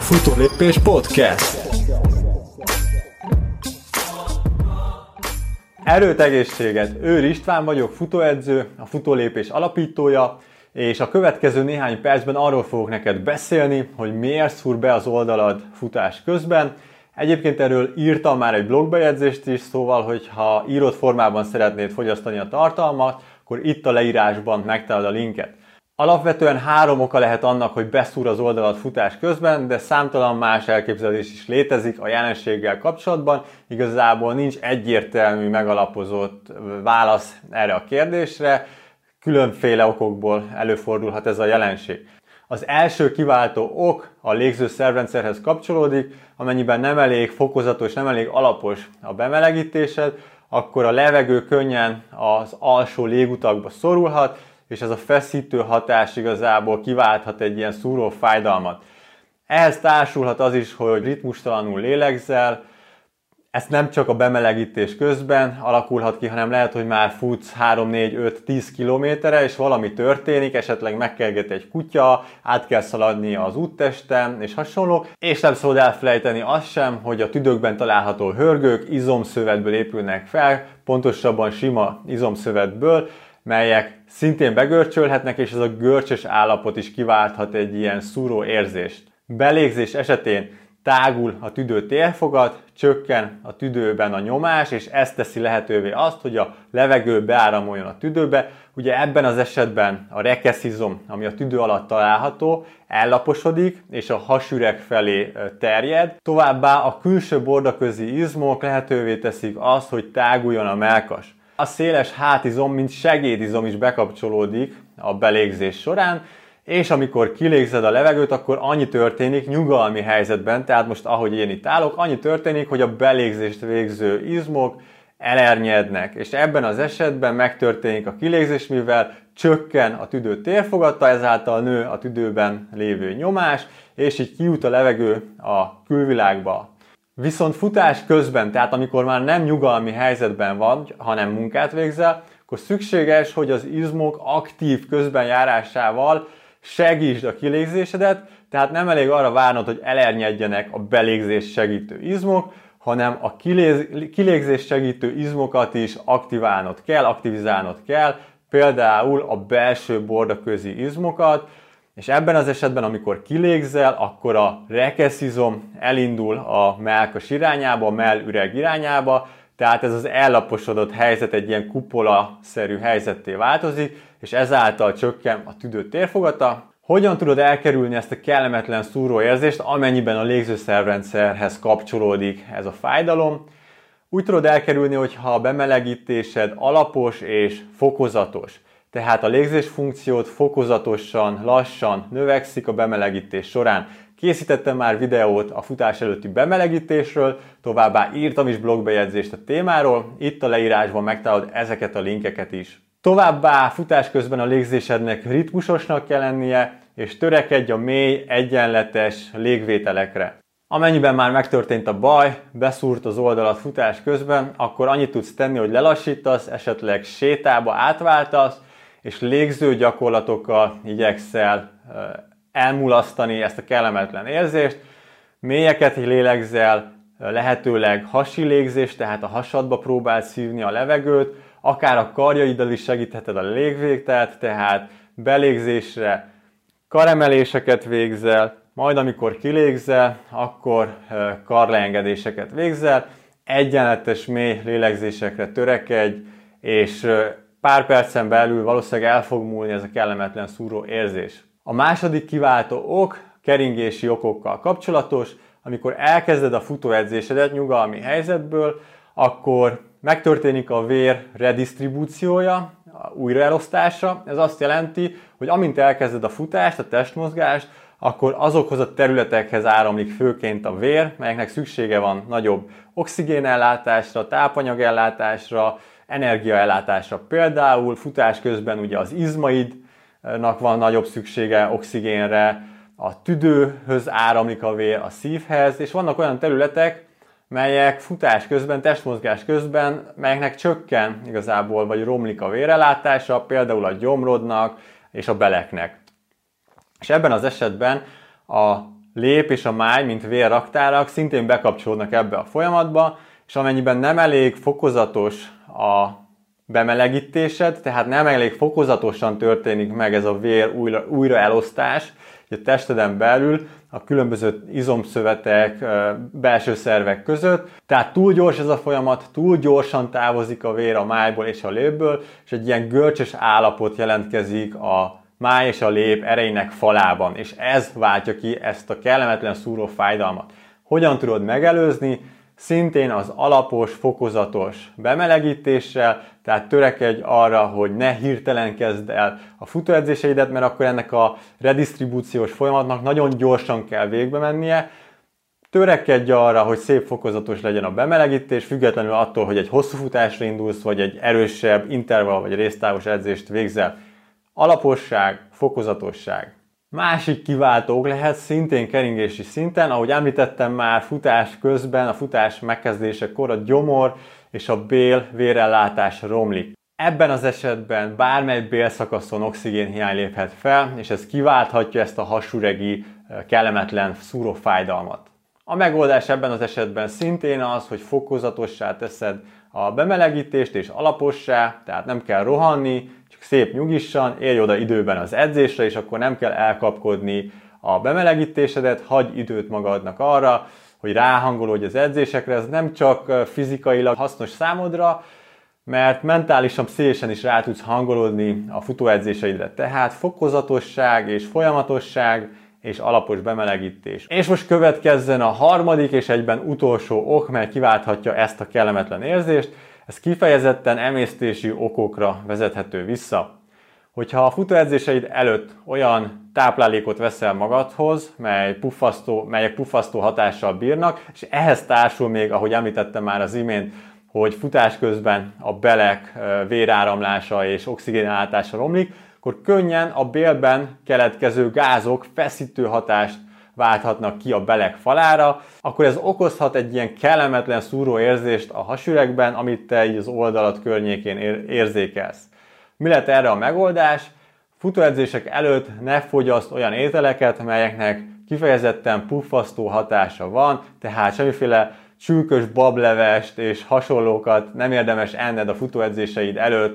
Futólépés Podcast. Erőt, egészséget! Őr István vagyok, futóedző, a Futólépés alapítója, és a következő néhány percben arról fogok neked beszélni, hogy miért szúr be az oldalad futás közben. Egyébként erről írtam már egy blogbejegyzést is, szóval, hogyha írott formában szeretnéd fogyasztani a tartalmat, akkor itt a leírásban megtalálod a linket. Alapvetően 3 oka lehet annak, hogy beszúr az oldalad futás közben, de számtalan más elképzelés is létezik a jelenséggel kapcsolatban. Igazából nincs egyértelmű, megalapozott válasz erre a kérdésre. Különféle okokból előfordulhat ez a jelenség. Az első kiváltó ok a légző-szervrendszerhez kapcsolódik, amennyiben nem elég fokozatos, nem elég alapos a bemelegítésed, akkor a levegő könnyen az alsó légutakba szorulhat, és ez a feszítő hatás igazából kiválthat egy ilyen szúró fájdalmat. Ehhez társulhat az is, hogy ritmustalanul lélegzel, ez nem csak a bemelegítés közben alakulhat ki, hanem lehet, hogy már futsz 3, 4, 5, 10 kilométerre, és valami történik, esetleg megkerget egy kutya, át kell szaladni az úttesten, és hasonló. És nem szabad elfelejteni azt sem, hogy a tüdőkben található hörgők izomszövetből épülnek fel, pontosabban sima izomszövetből, melyek szintén begörcsölhetnek, és ez a görcsös állapot is kiválthat egy ilyen szúró érzést. Belégzés esetén tágul a tüdő térfogat, csökken a tüdőben a nyomás, és ez teszi lehetővé azt, hogy a levegő beáramoljon a tüdőbe. Ugye ebben az esetben a rekeszizom, ami a tüdő alatt található, ellaposodik, és a hasüreg felé terjed. Továbbá a külső bordaközi izmok lehetővé teszik azt, hogy táguljon a mellkas. A széles hátizom, mint segédizom is bekapcsolódik a belégzés során, és amikor kilégzed a levegőt, akkor annyi történik nyugalmi helyzetben, tehát most ahogy én itt állok, annyi történik, hogy a belégzést végző izmok elernyednek, és ebben az esetben megtörténik a kilégzés, mivel csökken a tüdő térfogata, ezáltal nő a tüdőben lévő nyomás, és így kijut a levegő a külvilágba. Viszont futás közben, tehát amikor már nem nyugalmi helyzetben van, hanem munkát végzel, akkor szükséges, hogy az izmok aktív közbenjárásával segítsd a kilégzésedet, tehát nem elég arra várnod, hogy elernyedjenek a belégzés segítő izmok, hanem a kilégzés segítő izmokat is aktivizálnod kell, például a belső bordaközi izmokat, és ebben az esetben, amikor kilégzel, akkor a rekeszizom elindul a mellkas irányába, a mellüreg irányába, tehát ez az ellaposodott helyzet egy ilyen kupola-szerű helyzetté változik, és ezáltal csökken a tüdő térfogata. Hogyan tudod elkerülni ezt a kellemetlen szúró érzést, amennyiben a légző-szervrendszerhez kapcsolódik ez a fájdalom? Úgy tudod elkerülni, hogyha a bemelegítésed alapos és fokozatos. Tehát a légzés funkciót fokozatosan, lassan növekszik a bemelegítés során. Készítettem már videót a futás előtti bemelegítésről, továbbá írtam is blogbejegyzést a témáról, itt a leírásban megtalálod ezeket a linkeket is. Továbbá futás közben a légzésednek ritmusosnak kell lennie, és törekedj a mély, egyenletes légvételekre. Amennyiben már megtörtént a baj, beszúrt az oldalat futás közben, akkor annyit tudsz tenni, hogy lelassítasz, esetleg sétába átváltasz, és légző gyakorlatokkal igyekszel elmulasztani ezt a kellemetlen érzést. Mélyeket lélegzel, lehetőleg hasi légzés, tehát a hasadba próbáld szívni a levegőt, akár a karjaiddal is segítheted a légvételt, tehát belégzésre karemeléseket végzel, majd amikor kilégzel, akkor karleengedéseket végzel, egyenletes mély lélegzésekre törekedj, és pár percen belül valószínűleg el fog múlni ez a kellemetlen szúró érzés. A második kiváltó ok keringési okokkal kapcsolatos. Amikor elkezded a futóedzésedet nyugalmi helyzetből, akkor megtörténik a vér redisztribúciója, újraelosztása. Ez azt jelenti, hogy amint elkezded a futást, a testmozgást, akkor azokhoz a területekhez áramlik főként a vér, melyeknek szüksége van nagyobb oxigénellátásra, tápanyagellátásra, energiaellátásra. Például futás közben ugye az izmaidnak van nagyobb szüksége oxigénre, a tüdőhöz áramlik a vér, a szívhez, és vannak olyan területek, melyek futás közben, testmozgás közben, melyeknek csökken igazából, vagy romlik a vérellátása, például a gyomrodnak és a beleknek. És ebben az esetben a lép és a máj, mint vérraktárak szintén bekapcsolódnak ebbe a folyamatba, és amennyiben nem elég fokozatos a bemelegítésed, tehát nem elég fokozatosan történik meg ez a vér újraelosztás a testeden belül, a különböző izomszövetek, belső szervek között. Tehát túl gyors ez a folyamat, túl gyorsan távozik a vér a májból és a lépből, és egy ilyen görcsös állapot jelentkezik a máj és a lép erejének falában, és ez váltja ki ezt a kellemetlen szúró fájdalmat. Hogyan tudod megelőzni? Szintén az alapos, fokozatos bemelegítéssel, tehát törekedj arra, hogy ne hirtelen kezd el a futóedzéseidet, mert akkor ennek a redisztribúciós folyamatnak nagyon gyorsan kell végbe mennie. Törekedj arra, hogy szép fokozatos legyen a bemelegítés, függetlenül attól, hogy egy hosszú futásra indulsz, vagy egy erősebb intervall vagy résztávos edzést végzel. Alaposság, fokozatosság. Másik kiváltók lehet szintén keringési szinten, ahogy említettem már, futás közben, a futás megkezdésekor a gyomor és a bél vérellátás romlik. Ebben az esetben bármely bélszakaszon oxigénhiány léphet fel, és ez kiválthatja ezt a hasüregi, kellemetlen szúrófájdalmat. A megoldás ebben az esetben szintén az, hogy fokozatossá teszed a bemelegítést és alapossá, tehát nem kell rohanni, csak szép nyugisan, érj oda időben az edzésre, és akkor nem kell elkapkodni a bemelegítésedet, hagyj időt magadnak arra, hogy ráhangolódj az edzésekre. Ez nem csak fizikailag hasznos számodra, mert mentálisan, pszichésen is rá tudsz hangolódni a futóedzéseidre. Tehát fokozatosság és folyamatosság és alapos bemelegítés. És most következzen a harmadik és egyben utolsó ok, mely kiválthatja ezt a kellemetlen érzést. Ez kifejezetten emésztési okokra vezethető vissza. Hogyha a futóedzéseid előtt olyan táplálékot veszel magadhoz, melyek puffasztó hatással bírnak, és ehhez társul még, ahogy említettem már az imént, hogy futás közben a belek véráramlása és oxigénellátása romlik, akkor könnyen a bélben keletkező gázok feszítő hatást válthatnak ki a belek falára, akkor ez okozhat egy ilyen kellemetlen szúró érzést a hasüregben, amit te így az oldalad környékén érzékelsz. Mi lett erre a megoldás? Futóedzések előtt ne fogyaszt olyan ételeket, melyeknek kifejezetten puffasztó hatása van, tehát semmiféle csülkös bablevest és hasonlókat nem érdemes enned a futóedzéseid előtt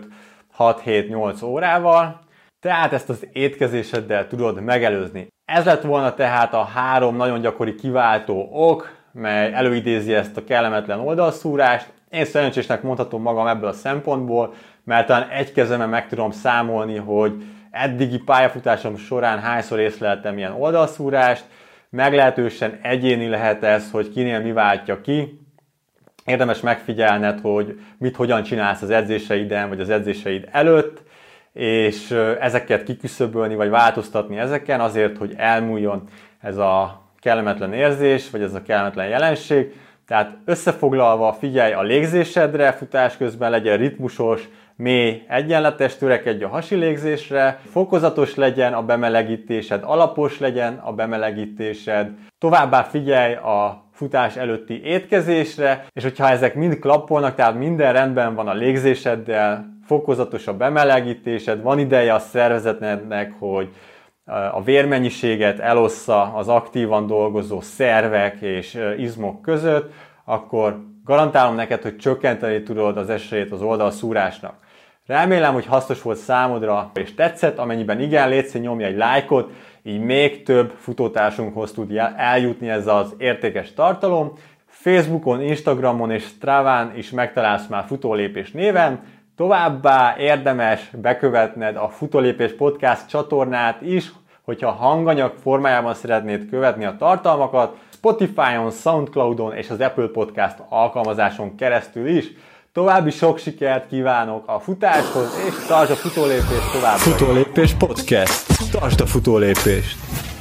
6-7-8 órával, tehát ezt az étkezéseddel tudod megelőzni. Ez lett volna tehát a 3 nagyon gyakori kiváltó ok, mely előidézi ezt a kellemetlen oldalszúrást. Én szerencsésnek mondhatom magam ebből a szempontból, mert talán egy kezemben meg tudom számolni, hogy eddigi pályafutásom során hányszor észleltem ilyen oldalszúrást. Meglehetősen egyéni lehet ez, hogy kinél mi váltja ki. Érdemes megfigyelned, hogy mit hogyan csinálsz az edzéseiden, vagy az edzéseid előtt, és ezeket kiküszöbölni, vagy változtatni ezeken azért, hogy elmúljon ez a kellemetlen érzés, vagy ez a kellemetlen jelenség. Tehát összefoglalva figyelj a légzésedre, futás közben legyen ritmusos, mély, egyenletes, törekedj a hasi légzésre, fokozatos legyen a bemelegítésed, alapos legyen a bemelegítésed, továbbá figyelj a futás előtti étkezésre, és hogyha ezek mind klappolnak, tehát minden rendben van a légzéseddel, fokozatos a bemelegítésed, van ideje a szervezetednek, hogy a vérmennyiséget elossza az aktívan dolgozó szervek és izmok között, akkor garantálom neked, hogy csökkenteni tudod az esélyét az oldalszúrásnak. Remélem, hogy hasznos volt számodra és tetszett, amennyiben igen, légy szíves, nyomj egy lájkot, így még több futótársunkhoz tud eljutni ez az értékes tartalom. Facebookon, Instagramon és Straván is megtalálsz már Futólépés néven. Továbbá érdemes bekövetned a Futólépés Podcast csatornát is, hogyha hanganyag formájában szeretnéd követni a tartalmakat, Spotify-on, Soundcloud-on és az Apple Podcast alkalmazáson keresztül is. További sok sikert kívánok a futáshoz, és tartsd a futólépést továbbra. Futólépés Podcast. Tartsd a futólépést!